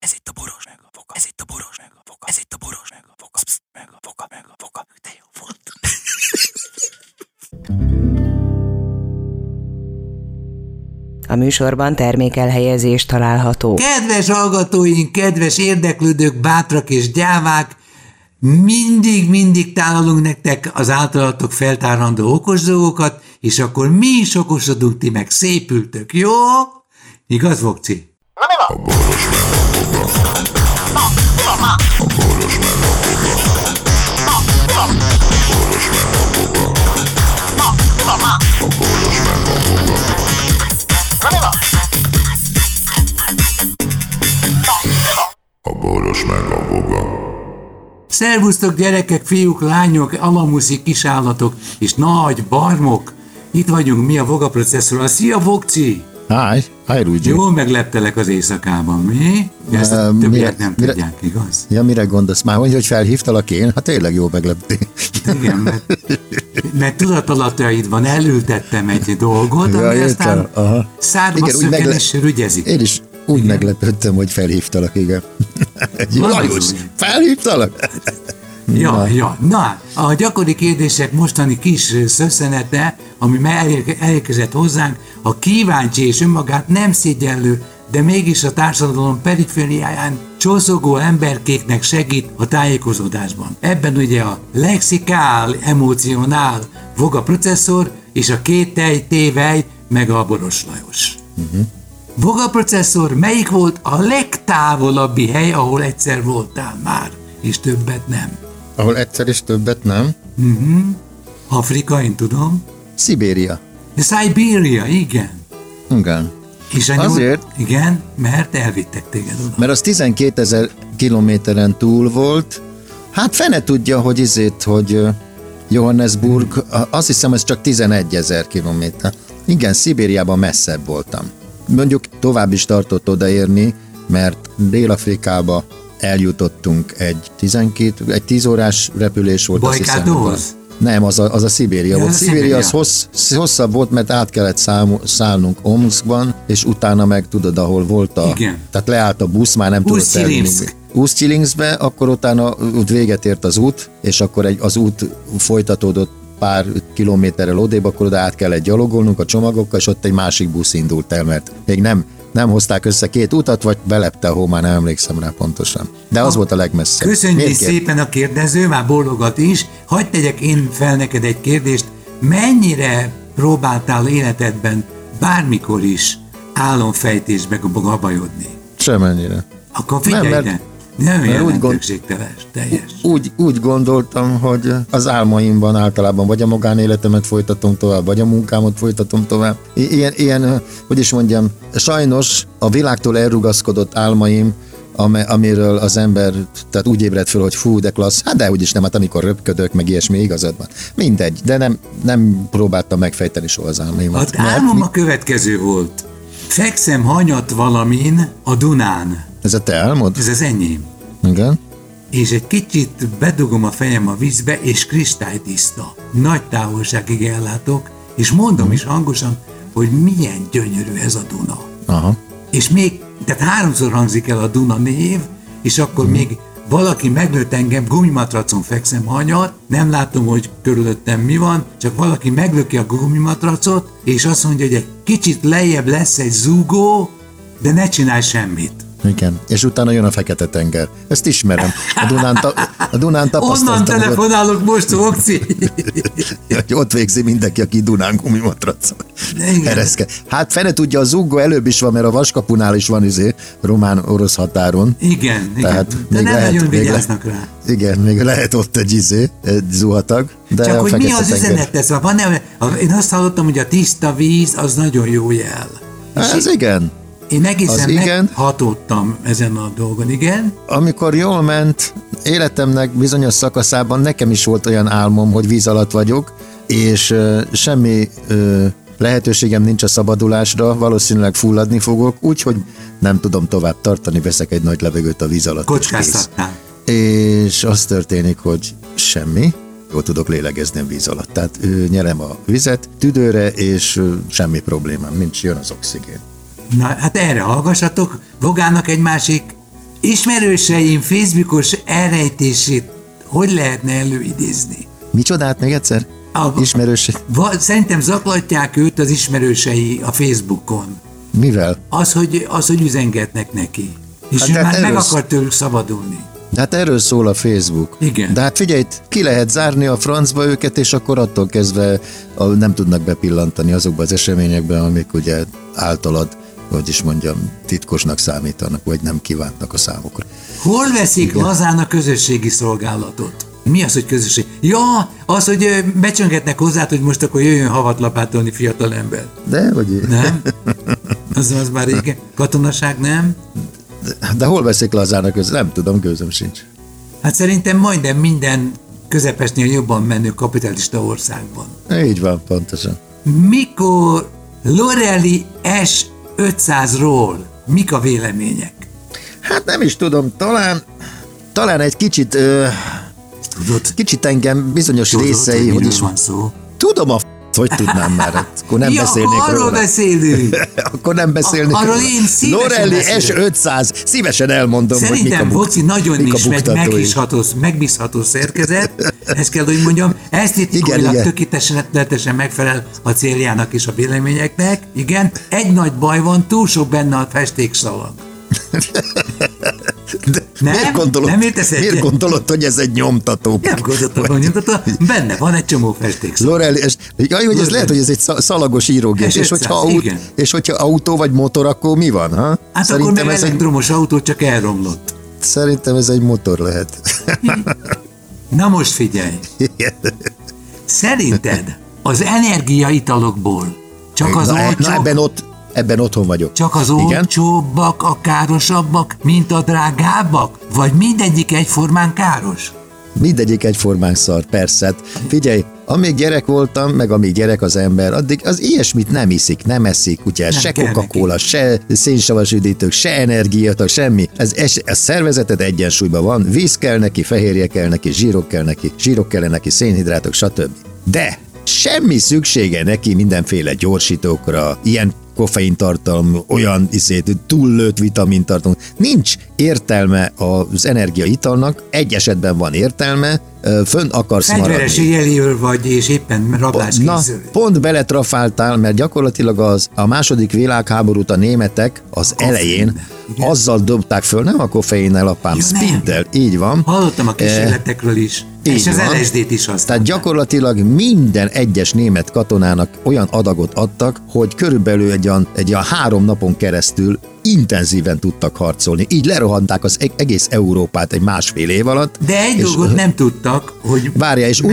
Ez itt a boros meg a foka. Ez itt a boros meg a foka. Ez itt a boros meg a foka. Psz, meg a foka, meg a foka. De jó volt. A műsorban termékelhelyezés található. Kedves hallgatóink, kedves érdeklődők, bátrak és gyávák, mindig tálalunk nektek az általatok feltárandó okos dolgokat, és akkor mi is okosodunk, ti meg szépültök, jó? Igaz, Vokci? Na mi van? A boros meg a foga. Na, mi van már? A boros meg a foga. Na, mi van? A boros meg a foga. Na, mi van már? A boros meg a foga. Na mi van? Na, mi van? A boros meg a foga. Szervusztok gyerekek, fiúk, lányok, alamuszi kisállatok és nagy barmok. Itt vagyunk mi a Voga processzorral. Szia, Vokci! Hi, Rúgyi. Jól megleptelek az éjszakában, mi? Ezt a többiek nem tudják, igaz? Ja, mire gondolsz? Már hogy felhívtalak én? Hát tényleg jó megleptél. Igen, mert tudatalattaidban elültettem egy dolgot, ami aztán szádba szöken és rügyezik. Én is úgy meglepődtem, hogy felhívtalak, igen. Lajos, felhívtalak? Ja. Na, a gyakori kérdések mostani kis szösszenete, ami elérkezett hozzánk, a kíváncsi és önmagát nem szégyellő, de mégis a társadalom perifériáján csoszogó emberkéknek segít a tájékozódásban. Ebben ugye a lexikál, emocionál Voga processzor és a két tévely meg a Boros Lajos. Voga processzor, melyik volt a legtávolabbi hely, ahol egyszer voltál már, és többet nem? Ahol egyszer és többet nem? Afrika, én tudom. Szibéria. Siberia, igen. Igen. És azért? Igen, mert elvittek téged oda. Mert az 12 000 kilométeren túl volt. Hát fene tudja, hogy Johannesburg, azt hiszem, ez csak 11 000 kilométer. Igen, Szibériában messzebb voltam. Mondjuk tovább is tartott odaérni, mert Dél-Afrikába eljutottunk egy 10 órás repülés volt. Bajkádóhoz? Nem, az a Szibéria volt. Szibéria az hosszabb volt, mert át kellett szállnunk Omskban, és utána meg tudod, ahol volt Igen. Tehát leállt a busz, már nem tudott elvinni. Usztyilinszbe, akkor utána véget ért az út, és akkor az út folytatódott pár kilométerrel odébb, akkor oda át kellett gyalogolnunk a csomagokkal, és ott egy másik busz indult el, mert még nem hozták össze két utat, vagy belepte a hó, már nem emlékszem rá pontosan. De az volt a legmesszebb. Köszönjük szépen a kérdező, már bólogat is. Hadd tegyek én fel neked egy kérdést. Mennyire próbáltál életedben bármikor is álomfejtésbe gabajodni? Semmennyire. Akkor figyelj ide. Nem jelentőségteles, teljes. Úgy gondoltam, hogy az álmaimban általában vagy a magánéletemet folytatom tovább, vagy a munkámat folytatom tovább. Ilyen, hogy is mondjam, sajnos a világtól elrugaszkodott álmaim, amiről az ember tehát úgy ébred föl, hogy fú, de klassz, hát de úgyis nem, hát amikor röpködök, meg ilyesmi, igazad van. Mindegy, de nem próbáltam megfejteni soha az álmaimat. Az álmom a következő volt. Fekszem hanyat valamin a Dunán. Ez a te álmod? Ez az enyém. Igen. És egy kicsit bedugom a fejem a vízbe, és kristálytiszta. Nagy távolságig ellátok, és mondom is hangosan, hogy milyen gyönyörű ez a Duna. Aha. És még, tehát 3-szor hangzik el a Duna név, és akkor még valaki meglőtt engem, gumimatracon fekszem hanyat, nem látom, hogy körülöttem mi van, csak valaki meglöki a gumimatracot, és azt mondja, hogy egy kicsit lejjebb lesz egy zúgó, de ne csinálj semmit. Igen, és utána jön a Fekete-tenger. Ezt ismerem. A Dunán tapasztaltam. Onnan telefonálok most, Vokci. Ott végzi mindenki, aki Dunán gumimatracon ereszke. Hát fene tudja, a zúgó előbb is van, mert a Vaskapunál is van román-orosz határon. Igen, tehát de nem nagyon vigyáznak rá. Igen, még lehet ott egy zuhatag. De csak hogy mi az üzenet ez? Én azt hallottam, hogy a tiszta víz az nagyon jó jel. Ez igen. Én egészen meghatódtam ezen a dolgon, igen. Amikor jól ment, életemnek bizonyos szakaszában nekem is volt olyan álmom, hogy víz alatt vagyok, és semmi lehetőségem nincs a szabadulásra, valószínűleg fulladni fogok, úgyhogy nem tudom tovább tartani, veszek egy nagy levegőt a víz alatt. Kockáztattál. És az történik, hogy semmi, jól tudok lélegezni a víz alatt. Tehát nyerem a vizet tüdőre, és semmi problémám nincs, jön az oxigén. Na, hát erre hallgassatok, Vogának egy másik ismerőseim Facebookos elrejtését hogy lehetne előidézni? Micsodát még egyszer? Ismerős. Szerintem zaklatják őt az ismerősei a Facebookon. Mivel? Az, hogy üzengetnek neki. És Hát ő de már meg erről akar tőlük szabadulni. De hát erről szól a Facebook. Igen. De hát figyelj, ki lehet zárni a francba őket, és akkor attól kezdve nem tudnak bepillantani azokba az eseményekbe, amik ugye általad, hogy is mondjam, titkosnak számítanak, vagy nem kívántnak a számukra. Hol veszik lazán a közösségi szolgálatot? Mi az, hogy közösség? Ja, az, hogy becsöngetnek hozzá, hogy most akkor jöjjön havatlapátolni fiatal ember. De, vagy... Nem? Az már régen. Katonaság nem? De hol veszik lazán a nem tudom, gőzöm sincs. Hát szerintem majdnem minden közepesnél jobban menő kapitalista országban. Így van, pontosan. Mikor Lorelei S500-ról mik a vélemények? Hát nem is tudom, talán egy kicsit, Tudod? kicsit engem bizonyos Tudod, részei, hogy is van szó? tudom hogy tudnám már, akkor nem beszélnék arról róla. beszélünk. Akkor nem beszélnék Arról róla. én szívesen Lorelei beszélek. S500, szívesen elmondom, Szerintem hogy Boci nagyon mik a ismert, buktatói. megbízható szerkezet, ezt kell, hogy mondjam, esztétikailag tökéletesen megfelel a céljának és a véleményeknek. Igen, egy nagy baj van, túl sok benne a festékszalag. Miért gondolod, hogy ez egy nyomtató? Nem gondoltam, hogy nyomtató, benne van egy csomó festékszalag. Lorelei, hogy ez lehet, hogy ez egy szalagos írógép, és hogyha autó vagy motor, akkor mi van? Ha? Hát akkor meg elektromos autó csak elromlott. Szerintem ez egy motor lehet. Na most figyelj! Szerinted az energiaitalokból csak az Ebben otthon vagyok. Csak az olcsóbbak, a károsabbak, mint a drágábbak? Vagy mindegyik egyformán káros? Mindegyik egyformán szar, persze. Figyelj, amíg gyerek voltam, meg amíg gyerek az ember, addig az ilyesmit nem iszik, nem eszik, ugye, se Coca-Cola, se szénsavas üdítők, se energiatak, semmi. Ez szervezeted egyensúlyban van, víz kell neki, fehérje kell neki, zsírok kell neki, szénhidrátok, stb. De semmi szüksége neki mindenféle gyorsítókra, ilyen koffeintartalmú, olyan túllőtt vitamintartalmú. Nincs értelme az energiaitalnak, egy esetben van értelme, fönn akarsz maradni. Fegyveres éjjelőr vagy, és éppen rabláskészül. Pont beletrafáltál, mert gyakorlatilag a második világháborút a németek az elején azzal dobták föl, nem a koffeinnel, apám, spintel, így van. Hallottam a kísérletekről is, és az LSD-t is használták. Tehát gyakorlatilag minden egyes német katonának olyan adagot adtak, hogy körülbelül egy olyan 3 napon keresztül intenzíven tudtak harcolni. Így lerohanták az egész Európát egy 1,5 év alatt. De egy dolgot nem tudtak, hogy... Várjál, és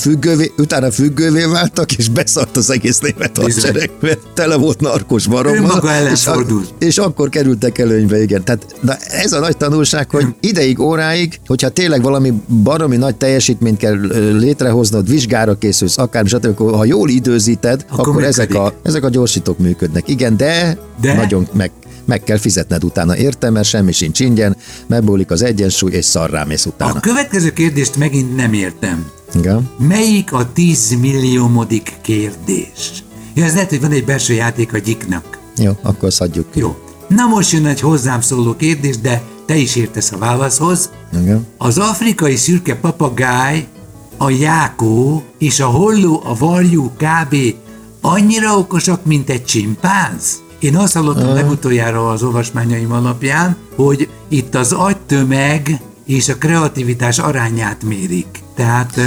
utána függővé váltak, és beszart az egész német hadsereg, mert tele volt narkos barommal. Önmaga ellen fordult. És akkor kerültek előnybe, igen. Tehát ez a nagy tanulság, hogy ideig, óráig, hogyha tényleg valami baromi nagy teljesítményt kell létrehoznod, vizsgára készülsz, akármi, stb. Ha jól időzíted, akkor ezek a gyorsítók működnek. Igen, de? Nagyon meg kell fizetned utána, értem, mert semmi sincs ingyen, megbólik az egyensúly, és szarrá mész utána. A következő kérdést megint nem értem. Igen? Melyik a 10 milliómodik kérdés? Ja, ez lehet, hogy van egy belső játék a gyiknak. Jó, akkor szadjuk ki. Jó. Na most jön egy hozzám szóló kérdés, de te is értesz a válaszhoz. Igen. Az afrikai szürke papagáj, a jákó és a holló, a varjú kb. Annyira okosak, mint egy csimpánz? Én azt hallottam legutoljára az olvasmányaim alapján, hogy itt az agytömeg és a kreativitás arányát mérik. Tehát,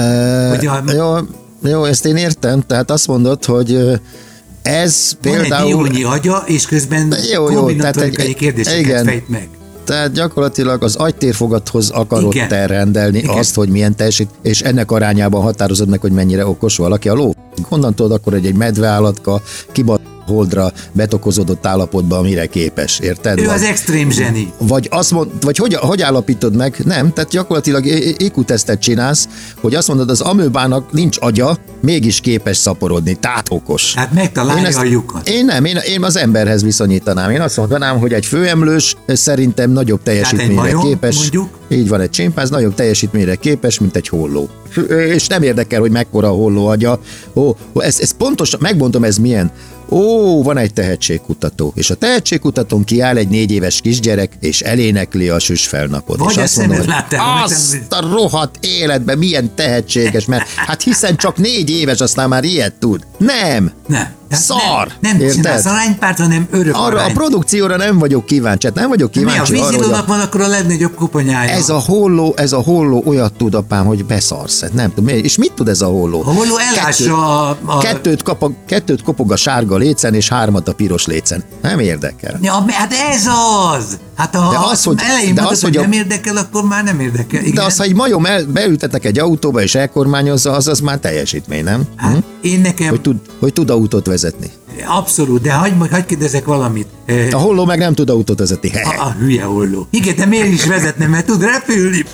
Jó, ezt én értem, tehát azt mondod, hogy ez van például... egy diónyi agya, és közben kombinatorikai kérdéseket fejt meg. Tehát gyakorlatilag az agytérfogathoz akarod te rendelni azt, hogy milyen teljesít, és ennek arányában határozod meg, hogy mennyire okos valaki. A ló. Honnan tudod akkor, hogy egy medveállatka holdra betokozódott állapotban, amire képes, érted? Ő az extrém zseni. Vagy hogy állapítod meg? Nem, tehát gyakorlatilag IQ-tesztet csinálsz, hogy azt mondod, az amöbának nincs agya, mégis képes szaporodni, tehát okos. Hát megtalálja a lyukat. Én az emberhez viszonyítanám. Én azt mondanám, hogy egy főemlős szerintem nagyobb teljesítményre képes. Mondjuk? Így van, egy csimpánz nagyobb teljesítményre képes, mint egy holló. És nem érdekel, hogy mekkora a holló agya. Ez pontosan, megmondom, ez milyen. van egy tehetségkutató, és a tehetségkutatón kiáll egy 4 éves kisgyerek, és elénekli a Süsfelnapot. Vagy és azt mondom, hogy láttál, azt a rohadt életben milyen tehetséges, mert hát hiszen csak 4 éves, aztán már ilyet tud. Nem. Szar! Nem csinálsz aránypárt, hanem örök arra arányt. a produkcióra nem vagyok kíváncsi. Nem vagyok kíváncsi Mi a arra, vízilónak van akkor a legnagyobb koponyája? ez a holló olyat tud, apám, hogy beszarsz. Nem tudom, és mit tud ez a holló? A holló elássa a... Kettőt kopog a sárga lécen, és 3 a piros lécen. Nem érdekel. Ja, hát ez az! Hát ha elején mondod, hogy nem érdekel, akkor már nem érdekel. Igen? De az, ha egy majom beültetnek egy autóba, és elkormányozza, az már teljesítmény, nem? Hát, én nekem... Hogy tud autót vezetni. Abszolút, de hagyd kérdezek valamit. A holló meg nem tud autót vezetni. A hülye holló. Igen, de miért is vezetne, mert tud repülni?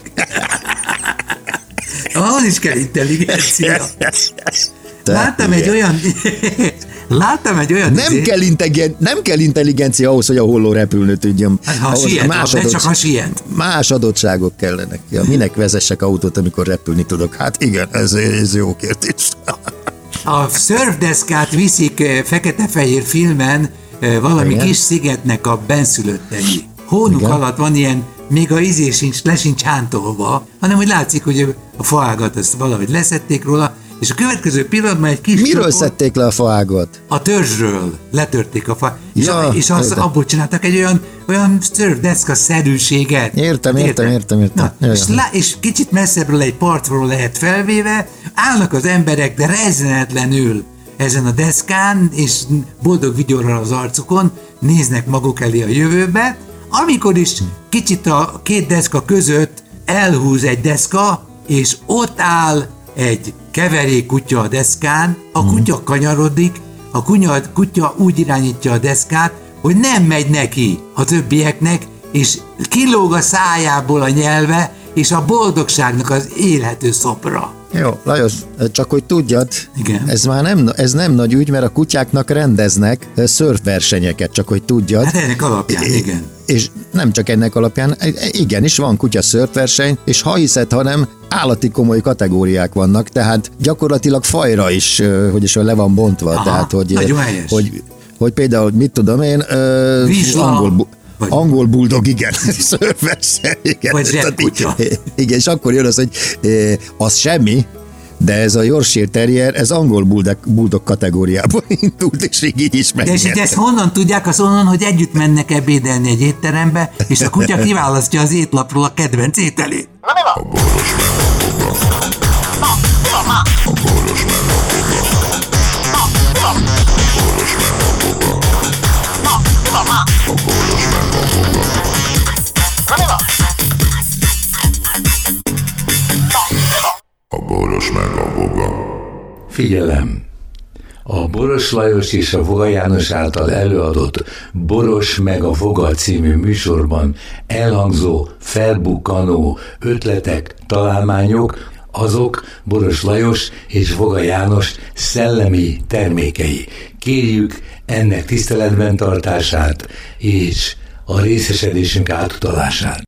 Ahhoz is kell intelligencia. Láttam egy olyan... Nem kell intelligencia ahhoz, hogy a holló repülni tudjon. Csak siet. Más adottságok kellenek. Ja, minek vezessek autót, amikor repülni tudok? Hát igen, ez jó kérdés. A szörfdeszkát viszik fekete-fehér filmen valami kis szigetnek a benszülöttei. Hónuk alatt van ilyen, még a izé le sincs hántolva, hanem hogy látszik, hogy a faágat azt valahogy leszették róla, és a következő pillanatban egy kis Miről szedték le a faágat? A törzsről letörték a fa, és abból csináltak egy olyan szörfdeszka-szerűséget. Értem. Na, és kicsit messzebbről egy partról lehet felvéve, állnak az emberek, de rezzenetlenül ezen a deszkán, és boldog vigyorral az arcukon, néznek maguk elé a jövőbe, amikor is kicsit a 2 deszka között elhúz egy deszka, és ott áll egy keverék kutya a deszkán, a kutya kanyarodik, a kutya úgy irányítja a deszkát, hogy nem megy neki a többieknek, és kilóg a szájából a nyelve, és a boldogságnak az élhető szopra. Jó, Lajos, csak hogy tudjad, igen. Ez nem nagy ügy, mert a kutyáknak rendeznek szörfversenyeket, csak hogy tudjad. Hát ennek alapján, igen. És nem csak ennek alapján, igenis van kutya szörfverseny, és ha hiszed, hanem állati komoly kategóriák vannak, tehát gyakorlatilag fajra is, le van bontva. Aha, tehát, hogy például, mit tudom én, angol buldog, igen, szörfverseny, igen. Vagy zsebkutya. Igen, és akkor jön az, hogy az semmi, de ez a Yorkshire Terrier, ez angol buldog kategóriából indult, és így is megnyert. De és ezt honnan tudják? Az onnan, hogy együtt mennek ebédelni egy étterembe, és a kutya kiválasztja az étlapról a kedvenc ételét. A boros megapodnak. A boros megapodnak. A boros megapodnak. A boros megapodnak. Figyelem! A Boros Lajos és a Voga János által előadott Boros meg a Voga című műsorban elhangzó, felbukkanó ötletek, találmányok, azok Boros Lajos és Voga János szellemi termékei. Kérjük ennek tiszteletben tartását és a részesedésünk átutalását.